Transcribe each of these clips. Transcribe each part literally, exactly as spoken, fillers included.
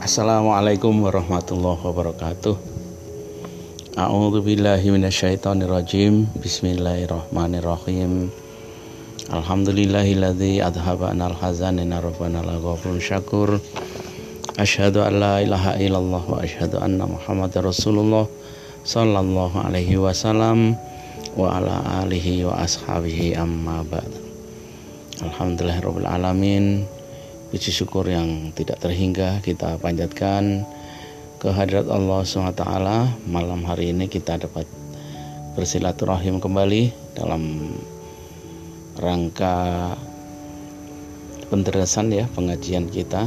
Assalamualaikum warahmatullahi wabarakatuh. A'udzubillahi minasyaitonirrajim. Bismillahirrahmanirrahim. Alhamdulillahilladzi adhaba anal hazan inna rabbana laghafurun syakur. Asyhadu an la ilaha illallah wa asyhadu anna Muhammadar Rasulullah sallallahu alaihi wasallam wa ala alihi wa ashabihi amma ba'd. Alhamdulillahirabbil alamin. Puji syukur yang tidak terhingga kita panjatkan kehadirat Allah subhanahu wa taala. Malam hari ini kita dapat bersilaturahim kembali dalam rangka penjelasan ya pengajian kita.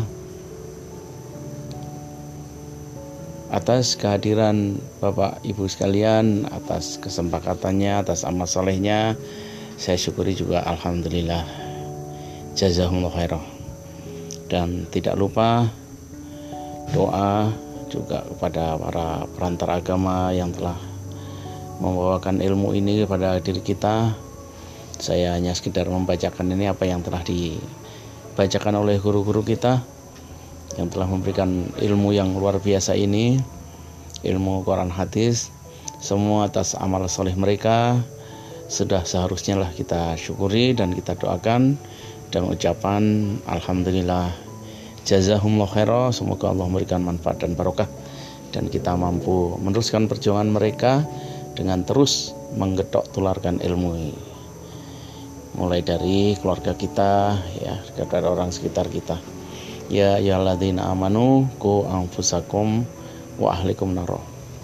Atas kehadiran Bapak Ibu sekalian, atas kesepakatannya, atas amal solehnya, saya syukuri juga alhamdulillah. Jazakumullah khairah. Dan tidak lupa doa juga kepada para perantara agama yang telah membawakan ilmu ini kepada diri kita. Saya hanya sekedar membacakan ini apa yang telah dibacakan oleh guru-guru kita yang telah memberikan ilmu yang luar biasa ini, ilmu Quran hadis. Semua atas amal soleh mereka sudah seharusnya lah kita syukuri dan kita doakan dan ucapan alhamdulillah jazahumullah khairah. Semoga Allah memberikan manfaat dan barokah dan kita mampu meneruskan perjuangan mereka dengan terus menggetok tularkan ilmu mulai dari keluarga kita ya, kepada orang sekitar kita. Ya ayyuhalladzina amanu qu anfusakum wa ahlikum nar.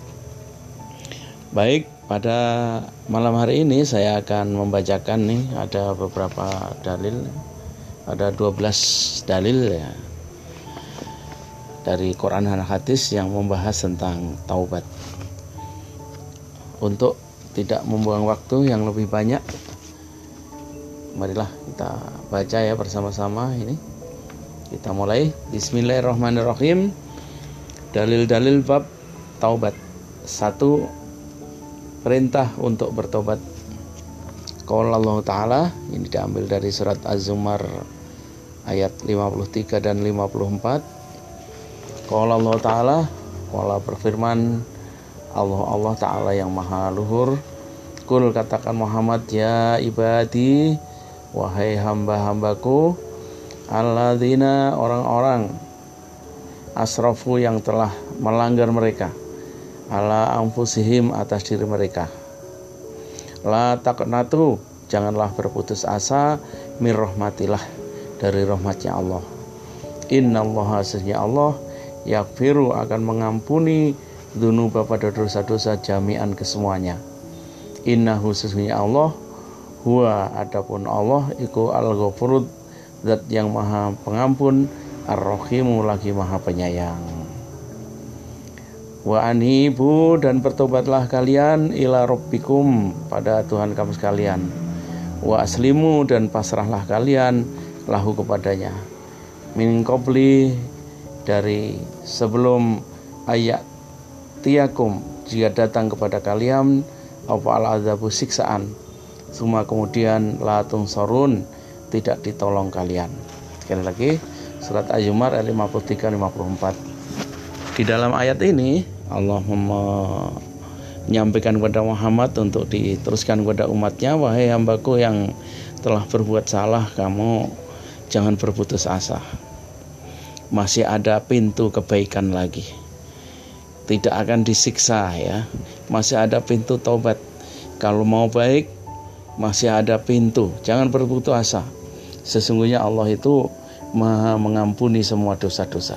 Baik, pada malam hari ini saya akan membacakan nih ada beberapa dalil. Ada dua belas dalil ya dari Quran dan hadis yang membahas tentang taubat. Untuk tidak membuang waktu yang lebih banyak, marilah kita baca ya bersama-sama ini. Kita mulai. Bismillahirrahmanirrahim. Dalil-dalil bab taubat. Satu, perintah untuk bertobat. Qala Allah Ta'ala, ini diambil dari surat Az-Zumar ayat lima puluh tiga dan lima puluh empat. Qala Allah Ta'ala, qala berfirman Allah Allah Ta'ala yang maha luhur. Kul, katakan Muhammad, ya ibadi, wahai hamba-hambaku, alladzina, orang-orang, asrafu yang telah melanggar mereka, ala anfusihim, atas diri mereka. La taqnatu, janganlah berputus asa, mir rahmatillah, dari rahmatnya Allah. Innallaha, sesungguhnya Allah, yaghfiru, akan mengampuni dzunuba, pada dosa-dosa, jami'an, kesemuanya. Innahu, sesungguhnya Allah, huwa, adapun Allah, iku al-ghafurud, zat yang maha pengampun, ar-rahimu, lagi maha penyayang. Wa anibu, dan bertobatlah kalian, ila rabbikum, pada Tuhan kamu sekalian. Wa aslimu, dan pasrahlah kalian, lahu, kepadanya. Min qabli, dari sebelum ayat tiyakum, jika datang kepada kalian apa al-azabu, siksaan. Semua kemudian la tunsarun, tidak ditolong kalian. Sekali lagi surat Az-Zumar ayat lima puluh tiga lima puluh empat. Di dalam ayat ini Allah menyampaikan kepada Muhammad untuk diteruskan kepada umatnya, wahai hambaku yang telah berbuat salah, kamu jangan berputus asa. Masih ada pintu kebaikan lagi, tidak akan disiksa ya. Masih ada pintu taubat. Kalau mau baik, masih ada pintu. Jangan berputus asa. Sesungguhnya Allah itu maha mengampuni semua dosa-dosa.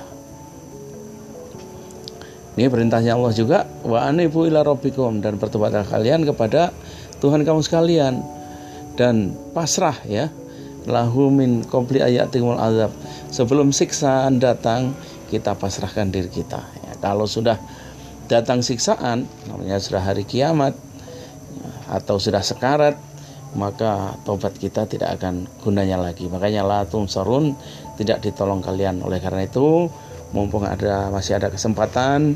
Ini perintahnya Allah juga, wa anibu ila rabbikum, dan bertobatlah kalian kepada Tuhan kamu sekalian dan pasrah ya, lahu min qabli ayatimul azab, sebelum siksaan datang kita pasrahkan diri kita ya. Kalau sudah datang siksaan, namanya sudah hari kiamat atau sudah sekarat, maka tobat kita tidak akan gunanya lagi. Makanya la tunsarun, tidak ditolong kalian. Oleh karena itu, mumpung ada masih ada kesempatan,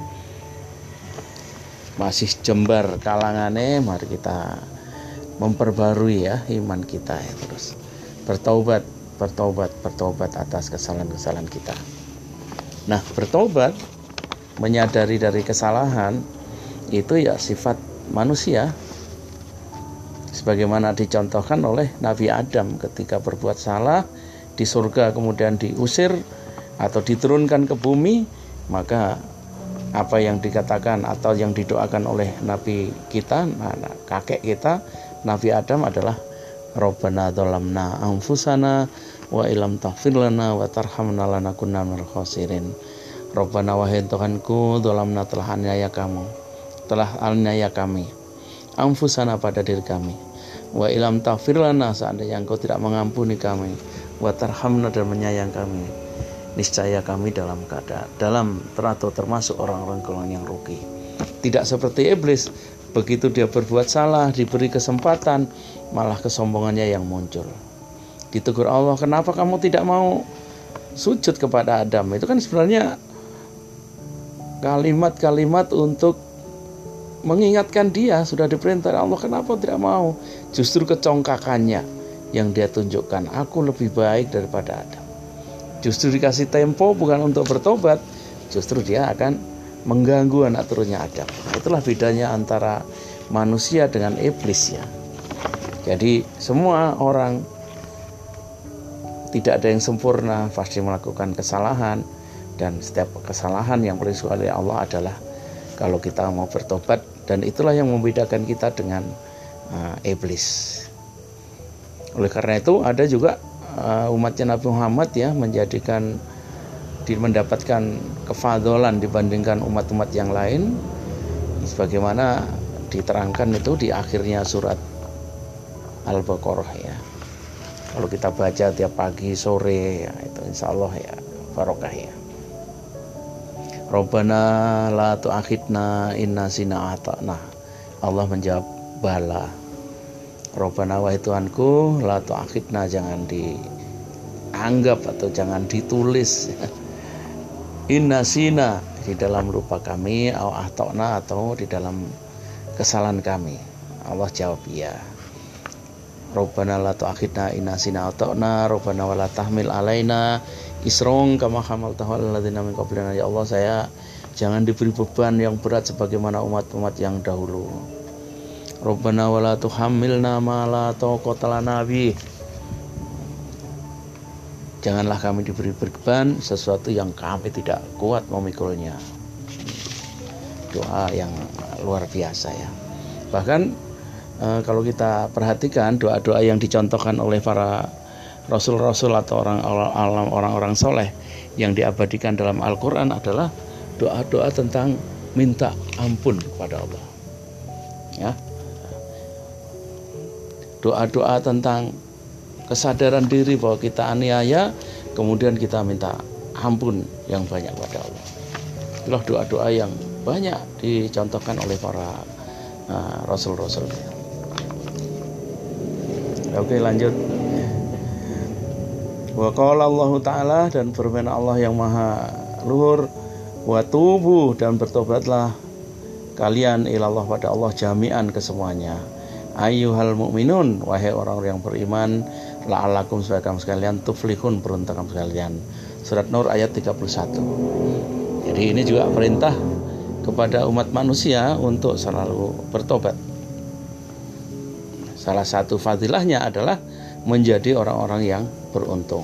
masih jembar kalangannya, mari kita memperbarui ya iman kita ya, terus bertaubat, bertaubat, bertaubat atas kesalahan-kesalahan kita. Nah, bertobat, menyadari dari kesalahan, itu ya sifat manusia, sebagaimana dicontohkan oleh Nabi Adam ketika berbuat salah di surga kemudian diusir atau diturunkan ke bumi, maka apa yang dikatakan atau yang didoakan oleh Nabi kita, nah, kakek kita, Nabi Adam adalah Rabbana dzalamna anfusana wa illam taghfir lana wa tarhamna lanakunanna minal khasirin. Rabbana wahai Tuhanku, dzalamna telah aniaya kamu, telah aniaya kami, anfusana pada diri kami, wa illam taghfir lana seandainya engkau tidak mengampuni kami, wa tarhamna dan menyayang kami, niscaya kami dalam keadaan dalam teratur termasuk orang-orang golongan yang rugi. Tidak seperti iblis, begitu dia berbuat salah, diberi kesempatan, malah kesombongannya yang muncul. Ditegur Allah, kenapa kamu tidak mau sujud kepada Adam? Itu kan sebenarnya kalimat-kalimat untuk mengingatkan dia, sudah diperintah Allah, kenapa tidak mau? Justru kecongkakannya yang dia tunjukkan, aku lebih baik daripada Adam. Justru dikasih tempo bukan untuk bertobat, justru dia akan mengganggu anak turunnya Adam. Itulah bedanya antara manusia dengan iblis ya. Jadi semua orang, tidak ada yang sempurna, pasti melakukan kesalahan, dan setiap kesalahan yang disukai oleh Allah adalah kalau kita mau bertobat, dan itulah yang membedakan kita dengan uh, iblis. Oleh karena itu ada juga Uh, umatnya Nabi Muhammad ya menjadikan di, mendapatkan kefadolan dibandingkan umat-umat yang lain, sebagaimana diterangkan itu di akhirnya surat Al-Baqarah ya. Kalau kita baca tiap pagi sore ya, itu insya Allah ya barokah ya. Rabbana la tu'akhidna inna sina ata'na. Allah menjawab bala. Rabbana wahai Tuhanku, la tu'akhidna, jangan dianggap atau jangan ditulis inna sina di dalam lupa kami, au ahtona atau di dalam kesalahan kami. Allah jawab ya. Rabbana la tu'akhidna inna sina ahtona, Rabbana wala tahmil alaina isrong kama hamaltahu alal ladzina min qablina. Ya Allah, saya jangan diberi beban yang berat sebagaimana umat-umat yang dahulu. Rabbana wala tuhammilna ma la taqata lana bih. Janganlah kami diberi beban sesuatu yang kami tidak kuat memikulnya. Doa yang luar biasa ya. Bahkan e, kalau kita perhatikan doa-doa yang dicontohkan oleh para rasul-rasul atau orang-orang orang-orang soleh yang diabadikan dalam Al-Quran adalah doa-doa tentang minta ampun kepada Allah ya. Doa-doa tentang kesadaran diri bahwa kita aniaya, kemudian kita minta ampun yang banyak pada Allah. Itulah doa-doa yang banyak dicontohkan oleh para uh, rasul-rasul. Oke, lanjut. Wa qala Allah Ta'ala, dan firman Allah yang maha luhur, wa tubu, dan bertobatlah kalian ilallah pada Allah jami'an kesemuanya. Ayyuhal mu'minun, wahai orang-orang yang beriman, la'alakum supaya kamu sekalian tuflihun, beruntung kamu sekalian. Surat Nur ayat tiga puluh satu. Jadi ini juga perintah kepada umat manusia untuk selalu bertobat. Salah satu fadilahnya adalah menjadi orang-orang yang beruntung.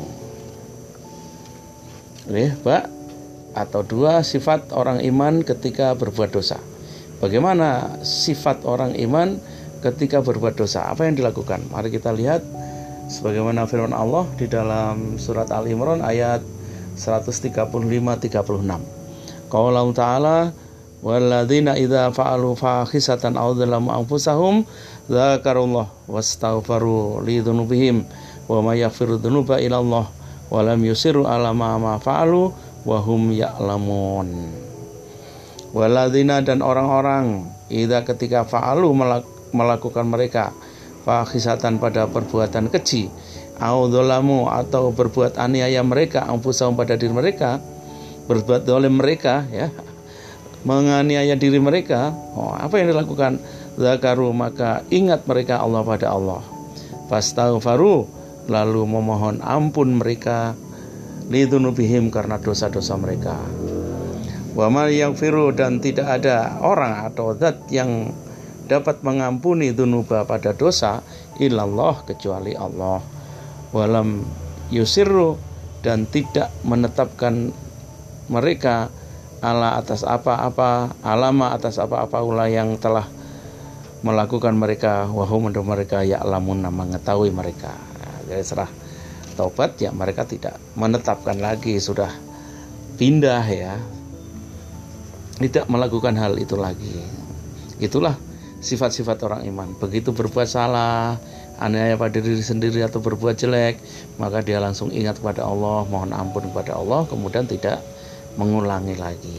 Oke, Pak, atau dua sifat orang iman ketika berbuat dosa. Bagaimana sifat orang iman ketika berbuat dosa? Apa yang dilakukan? Mari kita lihat sebagaimana firman Allah di dalam surat Al-Imran ayat seratus tiga puluh lima sampai tiga puluh enam. Qaulahu ta'ala, walladzina idza fa'alu fahisatan aw dzalamu anfusahum dzakarullah wastaghfaru lidzunubihim wa may yaghfiru dzunuba illallah wa lam yusiru ala ma fa'alu wa hum ya'lamun. Walladzina, dan orang-orang, idza ketika fa'alu melakukan mereka fahisatan pada perbuatan keji, au dzalamu atau berbuat aniaya mereka, anfusahum pada diri mereka, berbuat zalim mereka ya, menganiaya diri mereka. Oh, apa yang dilakukan? Zakaru, maka ingat mereka Allah pada Allah. Fastaghfaru, lalu memohon ampun mereka lidunubihim karena dosa-dosa mereka. Wa ma yaghfiru dan tidak ada orang atau zat yang dapat mengampuni dunuba pada dosa illallah kecuali Allah. Walam yusirru dan tidak menetapkan mereka ala atas apa-apa alama atas apa-apa ulah yang telah melakukan mereka wahum untuk mereka ya'lamun mengetahui mereka. Nah, jadi setelah taubat ya mereka tidak menetapkan lagi, sudah pindah ya, tidak melakukan hal itu lagi. Itulah sifat-sifat orang iman. Begitu berbuat salah, aniaya pada diri sendiri atau berbuat jelek, maka dia langsung ingat kepada Allah, mohon ampun kepada Allah, kemudian tidak mengulangi lagi.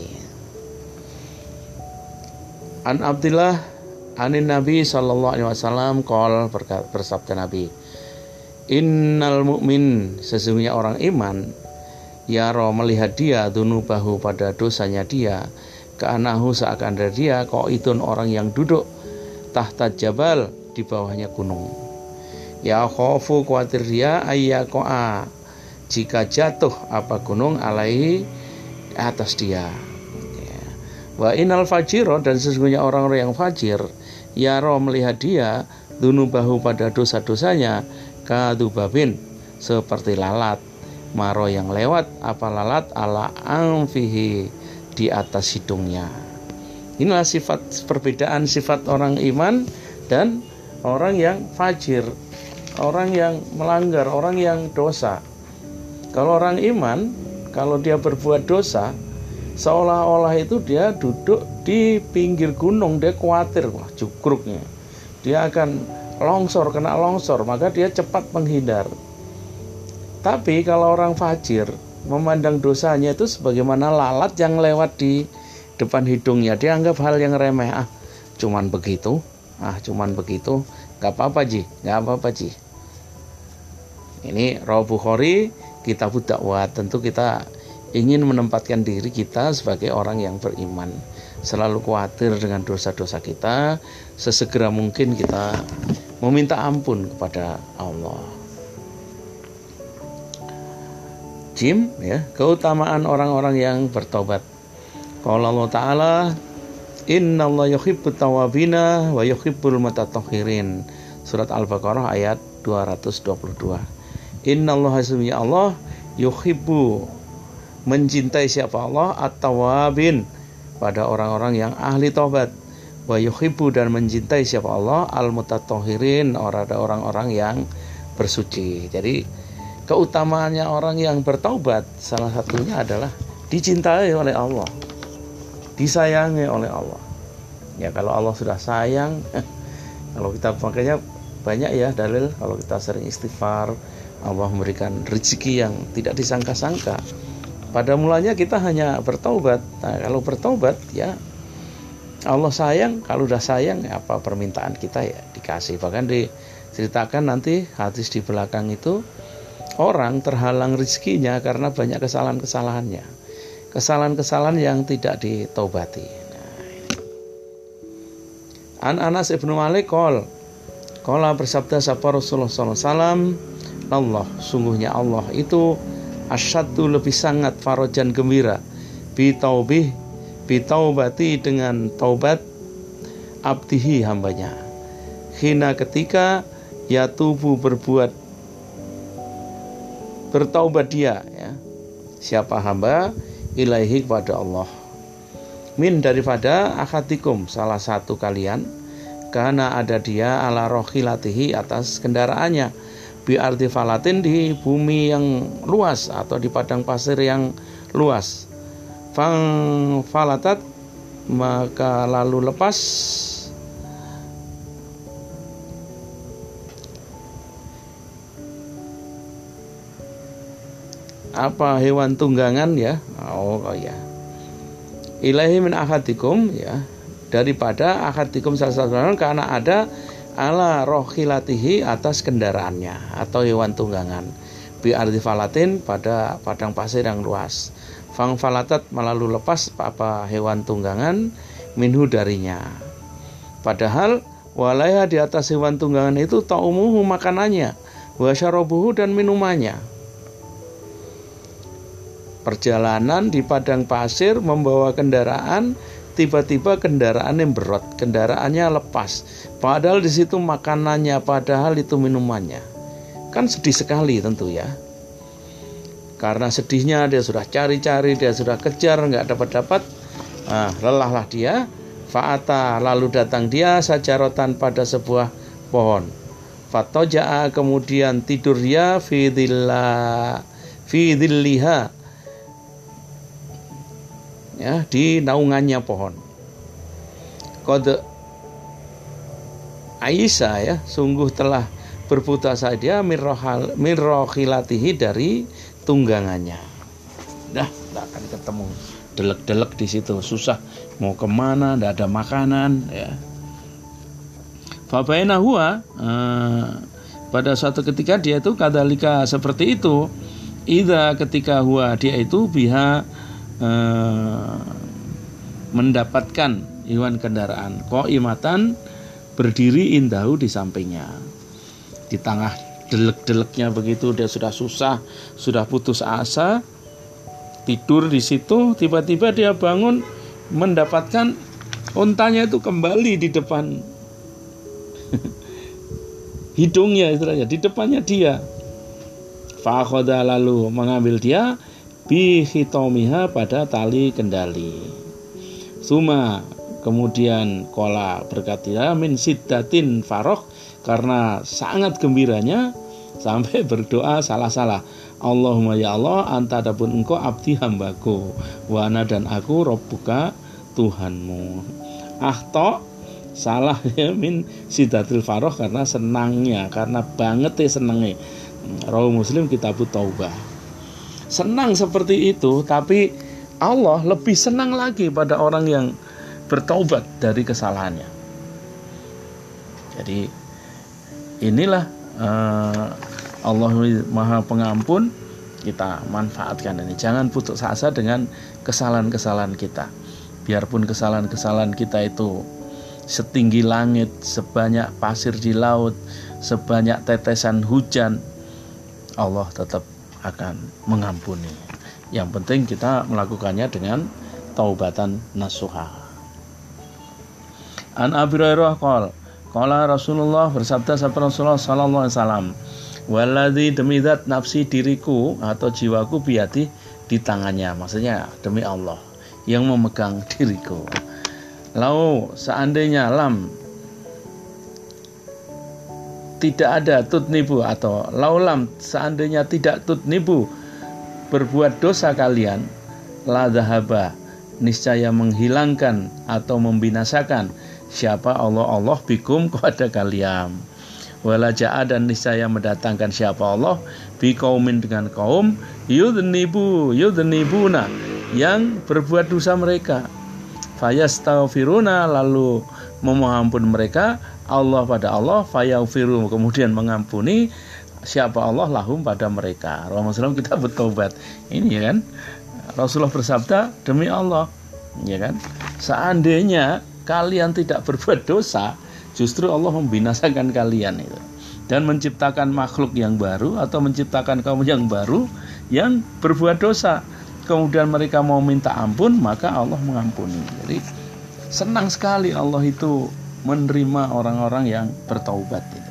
An Abdillah anin Nabi sallallahu alaihi wasallam qol, bersabda Nabi, innal mu'min sesungguhnya orang iman yaro melihat dia dunubahu pada dosanya dia, ka'anahu seakan dari dia qaidun orang yang duduk tahta jabal di bawahnya gunung. Ya khofu khawatir dia ayyaqa jika jatuh apa gunung alaihi atas dia. Ya. Wa inal fajiro dan sesungguhnya orang-orang yang fajir yaro melihat dia dunubahu pada dosa-dosanya kadubabin seperti lalat maro yang lewat apa lalat ala anfihi di atas hidungnya. Inilah sifat perbedaan sifat orang iman dan orang yang fajir, orang yang melanggar, orang yang dosa. Kalau orang iman, kalau dia berbuat dosa, seolah-olah itu dia duduk di pinggir gunung, dia khawatir, wah jugruknya, dia akan longsor, kena longsor, maka dia cepat menghindar. Tapi kalau orang fajir memandang dosanya itu sebagaimana lalat yang lewat di depan hidungnya, dia anggap hal yang remeh, ah cuman begitu, ah cuman begitu, gak apa-apa ji, gak apa-apa ji. Ini Rawah Bukhari, Kitabud Dakwah. Tentu kita ingin menempatkan diri kita sebagai orang yang beriman, selalu khawatir dengan dosa-dosa kita, sesegera mungkin kita meminta ampun kepada Allah. Jim, ya, keutamaan orang-orang yang bertobat. Qala Allah Ta'ala, innallaha yuhibbut tawwabina wa yuhibbul mutatahhirin. Surat Al-Baqarah ayat dua ratus dua puluh dua. Innallaha sesungguhnya Allah yuhibbu mencintai siapa Allah at-tawwabin pada orang-orang yang ahli taubat, wa yuhibbu dan mencintai siapa Allah al-mutatahhirin orang-orang yang bersuci. Jadi keutamaannya orang yang bertaubat salah satunya adalah dicintai oleh Allah, disayangi oleh Allah. Ya kalau Allah sudah sayang, kalau kita makanya banyak ya dalil kalau kita sering istighfar, Allah memberikan rezeki yang tidak disangka-sangka. Pada mulanya kita hanya bertaubat. Nah, kalau bertaubat ya Allah sayang, kalau udah sayang apa permintaan kita ya dikasih. Bahkan diceritakan nanti hadis di belakang itu, orang terhalang rezekinya karena banyak kesalahan-kesalahannya, kesalahan-kesalahan yang tidak ditaubati. Nah, An Anas ibnu Malik qol, qala bersabda sapa Rasulullah sallallahu alaihi wasallam, Allah sungguhnya Allah itu asyaddu lebih sangat farajan gembira bitaubih bitaubati dengan taubat abdihi hambanya, hina ketika yatubu berbuat bertaubat dia ya, siapa hamba ilaihi kepada Allah, min daripada akhatikum salah satu kalian, karena ada dia ala rohilatihi atas kendaraannya, bi ardi falatin di bumi yang luas atau di padang pasir yang luas, fang falatat maka lalu lepas apa hewan tunggangan ya, oh, oh ya, ilahi min akhatikum ya, daripada akhatikum salah satu karena ada ala rohilatihi atas kendaraannya atau hewan tunggangan, bi ardi falatin pada padang pasir yang luas, fang falatat melalui lepas apa hewan tunggangan minhu darinya, padahal walaya di atas hewan tunggangan itu taumuhu makanannya, wa syarabuhu dan minumannya. perjalanan di padang pasir membawa kendaraan, tiba-tiba kendaraan yang berat, kendaraannya lepas. Padahal di situ makanannya, padahal itu minumannya. Kan sedih sekali tentu ya. Karena sedihnya dia sudah cari-cari, dia sudah kejar, nggak dapat-dapat. Nah, lelahlah dia. Fa'ata, lalu datang dia sajarotan pada sebuah pohon. Fatoja'a, kemudian tidur dia fi dhillah fi dhilliha, ya, di naungannya pohon. Qad Aisyah, ya, sungguh telah berputus asa dia mirrohilatihi, dari tunggangannya. Dah, tak akan ketemu delek-delek di situ, susah mau kemana, tidak ada makanan, ya. Fabaina huwa, eh, pada suatu ketika dia itu kadalika seperti itu. Idza, ketika huwa, dia itu biha eh, mendapatkan iwan kendaraan qaimatan, berdiri indahu, di sampingnya. Di tengah delek-deleknya begitu, dia sudah susah, sudah putus asa, tidur di situ, tiba-tiba dia bangun mendapatkan untanya itu kembali di depan hidungnya, istilahnya di depannya dia. Fakhoda, lalu mengambil dia bi khitomiha, pada tali kendali. Suma, kemudian kola berkata min siddatin faroh, karena sangat gembiranya sampai berdoa salah-salah. Allahumma, ya Allah, anta adapun engkau abdi hambaku, wa ana, dan aku robbuka, Tuhanmu. Ahto, salah ya, min sidatil faroh, karena senangnya, karena banget ya senangnya. Rawi Muslim kitab Taubah. Senang seperti itu, tapi Allah lebih senang lagi pada orang yang bertaubat dari kesalahannya. Jadi inilah uh, Allah Maha Pengampun. Kita manfaatkan ini. Jangan putus asa dengan kesalahan-kesalahan kita. Biarpun kesalahan-kesalahan kita itu setinggi langit, sebanyak pasir di laut, sebanyak tetesan hujan, Allah tetap akan mengampuni. Yang penting kita melakukannya dengan taubatan nasuha. An Abi Hurairah qol, qala Rasulullah, bersabda sabda Rasulullah sallallahu alaihi wasallam, waladzi, demi zat nafsi, diriku atau jiwaku, biati, di tangannya, maksudnya demi Allah yang memegang diriku. Lau, seandainya lam, tidak ada tutnibu, atau laulam, seandainya tidak tutnibu, berbuat dosa kalian, la dhahaba, niscaya menghilangkan atau membinasakan siapa Allah Allah bikum, kepada kalian. Wala ja'a, dan niscaya mendatangkan siapa Allah bi kaumin, dengan kaum yudnibu yudnibuna, yang berbuat dosa mereka. Fayastaghfiruna, lalu memohon ampun mereka Allah pada Allah, fayaghfiru, kemudian mengampuni siapa Allah lahum, pada mereka. Rasulullah kita bertobat. Ini ya kan, Rasulullah bersabda demi Allah, ya kan, seandainya kalian tidak berbuat dosa, justru Allah membinasakan kalian itu, dan menciptakan makhluk yang baru, atau menciptakan kaum yang baru yang berbuat dosa. Kemudian mereka mau minta ampun, maka Allah mengampuni. Jadi senang sekali Allah itu menerima orang-orang yang bertaubat gitu.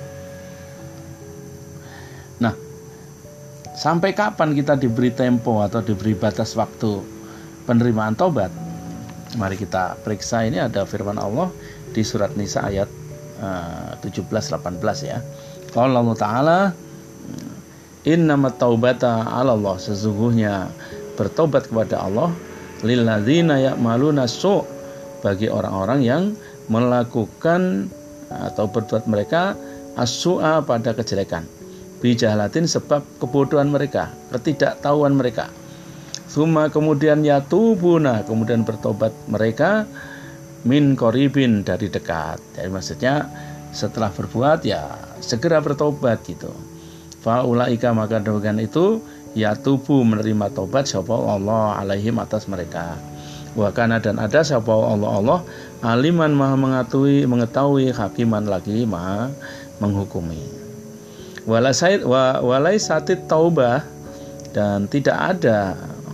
Nah, sampai kapan kita diberi tempo atau diberi batas waktu penerimaan taubat? Mari kita periksa. Ini ada firman Allah di surat Nisa ayat uh, tujuh belas delapan belas ya. Qala Allah Ta'ala, innamat taubata 'ala Allah, sesungguhnya bertobat kepada Allah, lilladzina ya'maluna su', bagi orang-orang yang melakukan atau berbuat mereka as-su'a, pada kejelekan, bijahalatin, sebab kebodohan mereka, ketidaktahuan mereka. Suma, kemudian yatubuna, kemudian bertobat mereka, min koribin, dari dekat. Jadi maksudnya setelah berbuat ya segera bertobat gitu. Faulaika, maka dengan itu yatubu, menerima tobat sapa Allah alaihim, atas mereka. Wa kana, dan ada sapa Allah Allah aliman, maha mengetahui mengetahui hakiman, lagi maha menghukumi. Walai satit taubah, dan tidak ada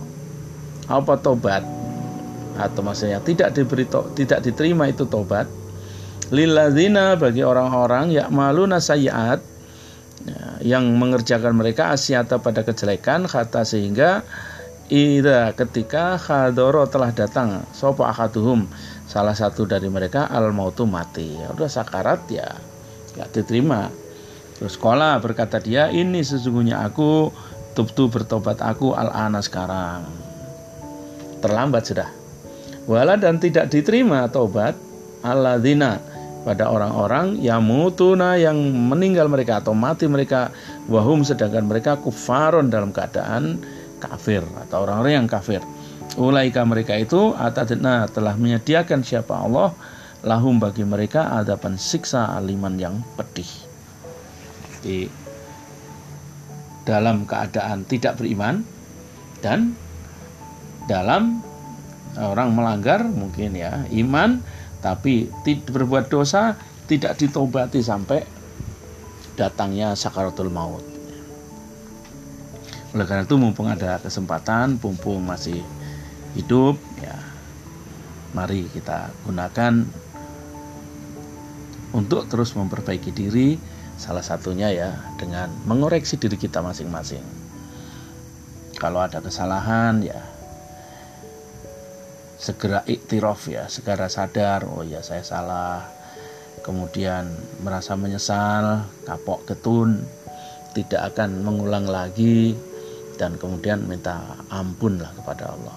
apa tobat, atau maksudnya tidak diberi to, tidak diterima itu tobat, lilladzina bagi orang-orang ya'maluna sayyi'at, ya, yang mengerjakan mereka asyata pada kejelekan, kata sehingga ida ketika khadoro telah datang sopo akaduhum salah satu dari mereka al mautu mati, ya udah sakarat ya nggak diterima. Terus kola berkata dia, ini sesungguhnya aku tubtu bertobat aku al-ana sekarang, terlambat sudah. Wala dan tidak diterima tobat alladzina pada orang-orang yamutuna yang meninggal mereka atau mati mereka wahum sedangkan mereka kufaron dalam keadaan kafir atau orang-orang yang kafir. Ulaika mereka itu atadna telah menyediakan siapa Allah lahum bagi mereka adaban siksa aliman yang pedih. Di dalam keadaan tidak beriman dan dalam orang melanggar mungkin ya iman tapi tidak berbuat dosa, tidak ditobati sampai datangnya sakaratul maut. Oleh karena itu mumpung ada kesempatan, mumpung masih hidup ya, mari kita gunakan untuk terus memperbaiki diri, salah satunya ya dengan mengoreksi diri kita masing-masing. Kalau ada kesalahan ya segera iktiraf ya, segera sadar, oh ya saya salah, kemudian merasa menyesal, kapok getun, tidak akan mengulang lagi, dan kemudian minta ampun lah kepada Allah.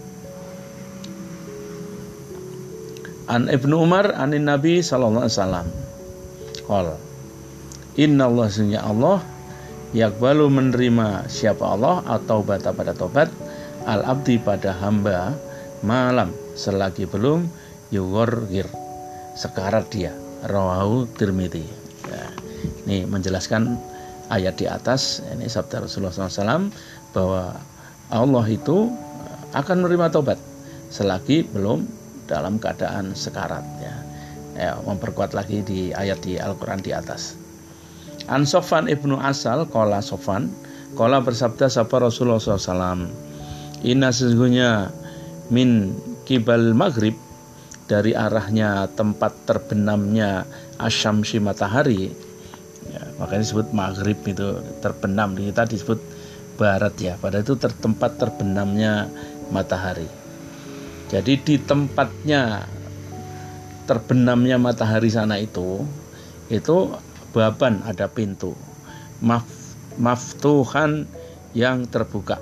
An Ibnu Umar anin Nabi sallallahu alaihi wasallam qol inna Allah sunya Allah yakbalu menerima siapa Allah atau bata pada tobat al abdi pada hamba malam selagi belum yughorgir sekarat dia, rawahu Tirmidzi. Ya, ini menjelaskan ayat di atas, ini sabda Rasulullah shallallahu alaihi wasallam bahwa Allah itu akan menerima tobat selagi belum dalam keadaan sekarat ya. Ya, memperkuat lagi di ayat di Al-Quran di atas. An Sofan ibnu Asal kola Sofan kola bersabda sapa Rasulullah shallallahu alaihi wasallam, inna sesungguhnya min kibal maghrib dari arahnya tempat terbenamnya asyamsi matahari ya, makanya disebut maghrib itu terbenam, kita disebut barat ya, pada itu ter, tempat terbenamnya matahari. Jadi di tempatnya terbenamnya matahari sana itu itu baban ada pintu maf, maftuhan yang terbuka.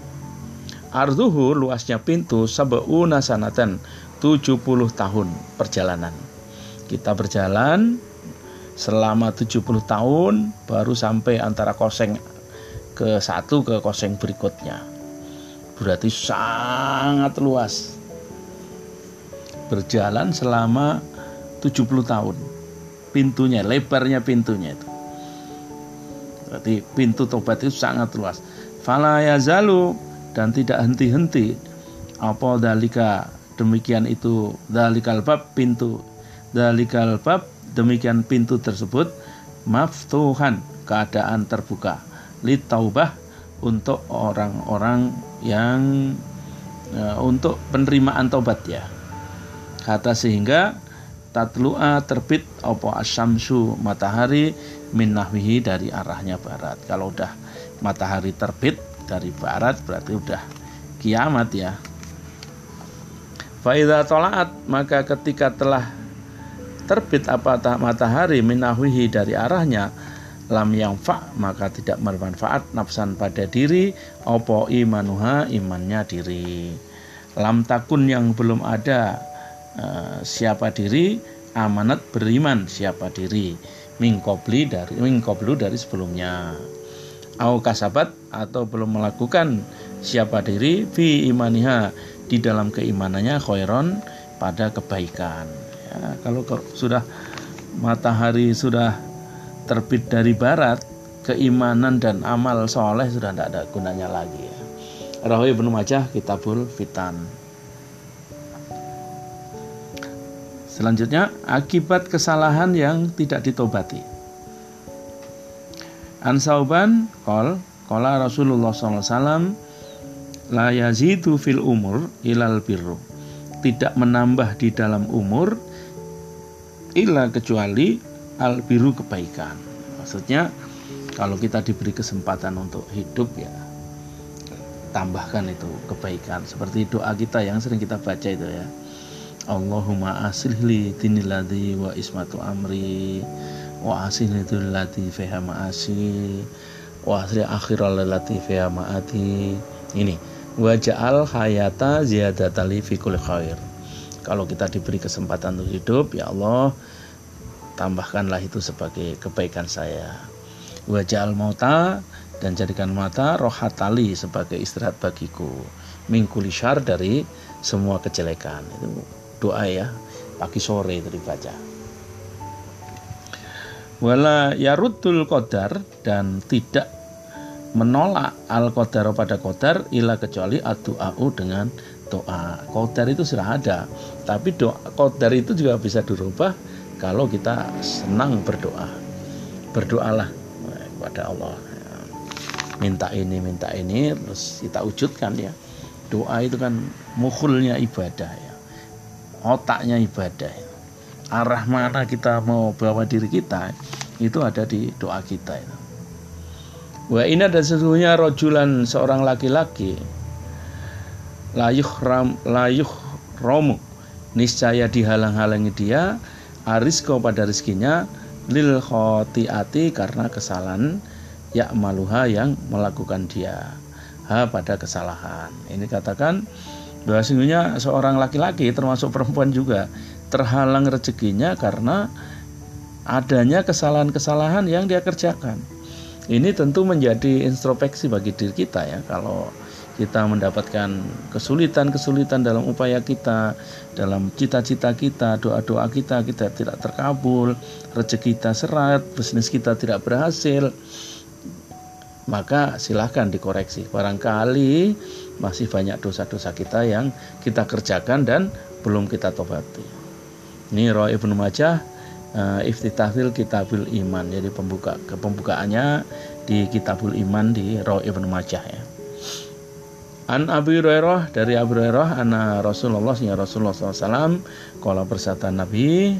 Arduhu luasnya pintu sab'una sanatan tujuh puluh tahun perjalanan. Kita berjalan selama tujuh puluh tahun baru sampai antara koseng ke satu ke koseng berikutnya. Berarti sangat luas. Berjalan selama tujuh puluh tahun. Pintunya, lebarnya pintunya itu. Berarti pintu tobat itu sangat luas. Fala yazalu dan tidak henti-henti apa dalika demikian itu dalikal bab pintu dalikal bab demikian pintu tersebut maftuhan keadaan terbuka litaubah untuk orang-orang yang e, untuk penerimaan taubat ya. Kata sehingga tatlu'a terbit apa asyamsu matahari min nahwihi dari arahnya barat. Kalau udah matahari terbit dari barat berarti udah kiamat ya. Fa idza tala'at maka ketika telah terbit apa matahari min nahwihi dari arahnya lam yanfa maka tidak bermanfaat nafsan pada diri apa imanuha imannya diri. Lam takun yang belum ada uh, siapa diri amanat beriman siapa diri mingkobli dari mingkoblu dari sebelumnya. Au kasabat atau belum melakukan siapa diri fi imaniha di dalam keimanannya khairon pada kebaikan ya, kalau ke, sudah matahari sudah terbit dari barat, keimanan dan amal soleh sudah tidak ada gunanya lagi ya. Rawi Ibnu Majah Kitabul Fitan. Selanjutnya akibat kesalahan yang tidak ditobati. An Sauban qol qala Rasulullah sallallahu alaihi wasallam La yazidu fil umur ilal birru. Tidak menambah di dalam umur illa kecuali al biru kebaikan. Maksudnya kalau kita diberi kesempatan untuk hidup ya tambahkan itu kebaikan. Seperti doa kita yang sering kita baca itu ya. Allahumma aslih li dinil ladzi wa ismatu amri wa aslih li dinil ladzi fiha ma'asi wa aslih akhiral ladzi fiha ma'ati. Ini wa ja'al hayata ziyadatali fi kulli khair. Kalau kita diberi kesempatan untuk hidup, ya Allah, tambahkanlah itu sebagai kebaikan saya. Wa ja'al mauta, dan jadikan mata rohatali sebagai istirahat bagiku. Min kulli syarr, dari semua kejelekan. Itu doa ya, pagi sore itu dibaca. Wala yaruddul qadar, dan tidak menolak al-qadar pada qadar ila kecuali ad-du'a'u dengan doa. Qadar itu sudah ada, tapi doa qadar itu juga bisa dirubah kalau kita senang berdoa. Berdoalah kepada Allah. Minta ini, minta ini, terus kita wujudkan ya. Doa itu kan mukhulnya ibadah ya. Otaknya ibadah ya. Arah mana kita mau bawa diri kita itu ada di doa kita itu. Wa inna, dan sesungguhnya rojulan seorang laki-laki layuh ram layuh romu, niscaya dihalang-halangi dia arisko pada rezekinya lil khotiati, karena kesalahan ya maluha, yang melakukan dia ha pada kesalahan. Ini katakan bahwa sesungguhnya seorang laki-laki termasuk perempuan juga terhalang rezekinya karena adanya kesalahan-kesalahan yang dia kerjakan. Ini tentu menjadi introspeksi bagi diri kita ya. Kalau kita mendapatkan kesulitan-kesulitan dalam upaya kita, dalam cita-cita kita, doa-doa kita, kita tidak terkabul, rezeki kita seret, bisnis kita tidak berhasil, maka silahkan dikoreksi. Barangkali masih banyak dosa-dosa kita yang kita kerjakan dan belum kita tobati. Ini Rawi Ibnu Majah, Uh, Iftitahil Kitabul Iman. Jadi pembuka ke pembukaannya di Kitabul Iman di Rawi Ibnu Majah ya. An Abi Hurairah, dari Abu Hurairah, anna Rasulullah ya Rasulullah sallallahu alaihi wasallam qala, bersabda Nabi,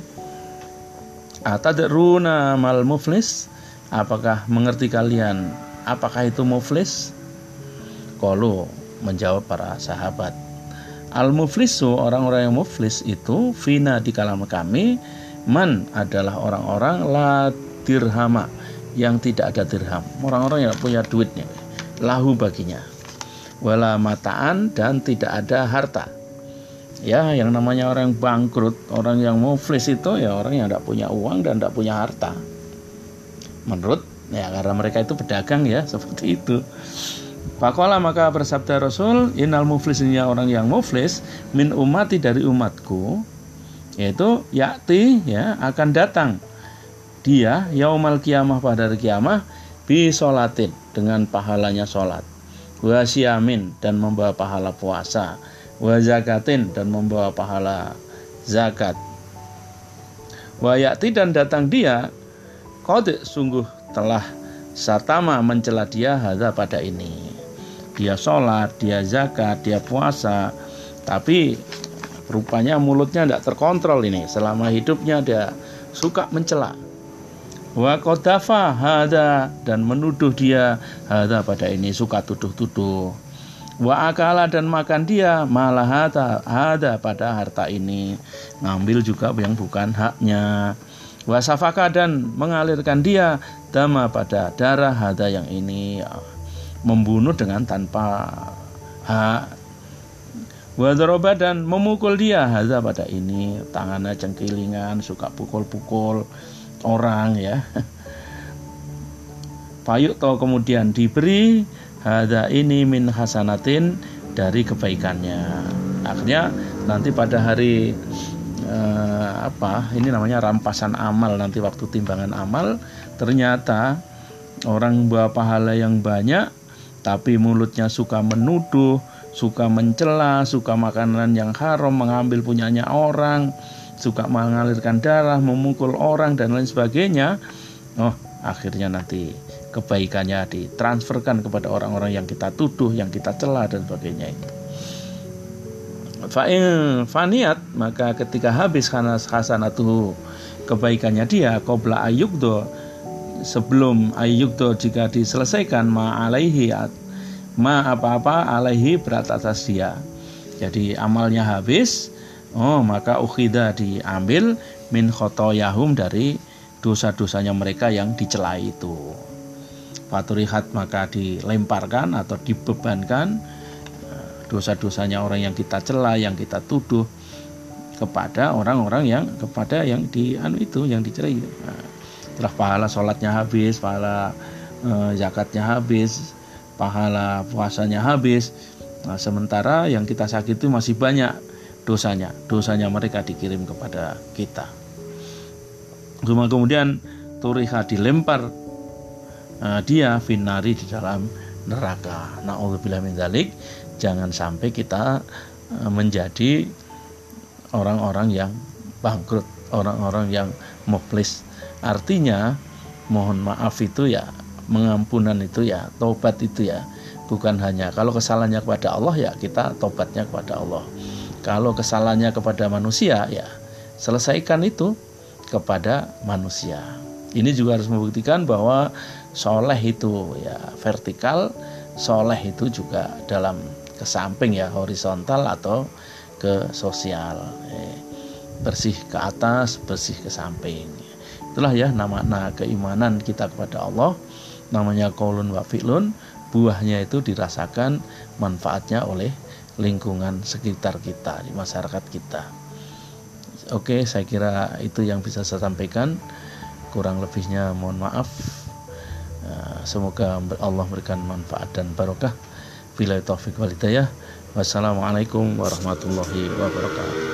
atadruna mal muflis, apakah mengerti kalian apakah itu muflis? Qalu, menjawab para sahabat, al muflisu, orang-orang yang muflis itu fina, di kalangan kami, man adalah orang-orang la dirhama, yang tidak ada dirham, orang-orang yang punya duitnya, lahu baginya, wala mataan, dan tidak ada harta. Ya, yang namanya orang bangkrut, orang yang muflis itu ya orang yang tidak punya uang dan tidak punya harta. Menurut ya, karena mereka itu pedagang ya, seperti itu. Faqala, maka bersabda Rasul, innal muflisnya, orang yang muflis, min ummati, dari umatku, yaitu yakti ya, akan datang dia yaumal kiamah, pada hari kiamah, bi sholatin, dengan pahalanya sholat, wa siyamin, dan membawa pahala puasa, wa zakatin, dan membawa pahala zakat, wa yakti, dan datang dia qad, sungguh telah satama, mencela dia hadza, pada ini. Dia sholat, dia zakat, dia puasa, tapi rupanya mulutnya tidak terkontrol ini. Selama hidupnya dia suka mencela. Wa qadafa hada, dan menuduh dia hada, pada ini, suka tuduh-tuduh. Wa akala, dan makan dia malah hada, hada, pada harta ini, ngambil juga yang bukan haknya. Wa safaka, dan mengalirkan dia dama, pada darah hada, yang ini, membunuh dengan tanpa hak. Wadroba, dan memukul dia hadza, pada ini, tangannya cengkilingan, suka pukul-pukul orang ya. Payuk toh, kemudian diberi hadza ini min hasanatin, dari kebaikannya. Akhirnya nanti pada hari eh, apa ini namanya rampasan amal, nanti waktu timbangan amal, ternyata orang bawa pahala yang banyak tapi mulutnya suka menuduh, suka mencela, suka makanan yang haram, mengambil punyanya orang, suka mengalirkan darah, memukul orang, dan lain sebagainya. Oh, akhirnya nanti kebaikannya ditransferkan kepada orang-orang yang kita tuduh, yang kita cela dan sebagainya itu. Fa'in faniat, maka ketika habis hasanatuhu, kebaikannya dia, qabla ayyukdo, sebelum ayyukdo, jika diselesaikan, ma alaihi, ma apa-apa alaihi, berat atas dia. Jadi amalnya habis, oh maka ukhida, diambil, min khotoyahum, dari dosa-dosanya mereka yang dicela itu. Faturihat, maka dilemparkan atau dibebankan dosa-dosanya orang yang kita cela, yang kita tuduh, kepada orang-orang yang kepada yang di anu itu, yang dicerai. Nah, setelah pahala sholatnya habis, pahala eh, zakatnya habis, pahala puasanya habis, nah, sementara yang kita sakiti masih banyak dosanya, dosanya mereka dikirim kepada kita. Cuma kemudian turiha, dilempar uh, dia finari, di dalam neraka. Na'udzubillah min dzalik. Jangan sampai kita uh, menjadi orang-orang yang bangkrut, orang-orang yang muflis. Artinya mohon maaf itu ya, mengampunan itu ya, tobat itu ya, bukan hanya kalau kesalahannya kepada Allah ya kita tobatnya kepada Allah. Kalau kesalahannya kepada manusia ya selesaikan itu kepada manusia. Ini juga harus membuktikan bahwa soleh itu ya vertikal, soleh itu juga dalam ke samping ya, horizontal atau ke sosial, eh, bersih ke atas, bersih ke samping. Itulah ya nama-nama keimanan kita kepada Allah, namanya qaulun wa fi'lun. Buahnya itu dirasakan manfaatnya oleh lingkungan sekitar kita, di masyarakat kita. Oke, saya kira itu yang bisa saya sampaikan. Kurang lebihnya mohon maaf. Semoga Allah memberikan manfaat dan barokah. Billahi taufiq wal hidayah. Wassalamualaikum warahmatullahi wabarakatuh.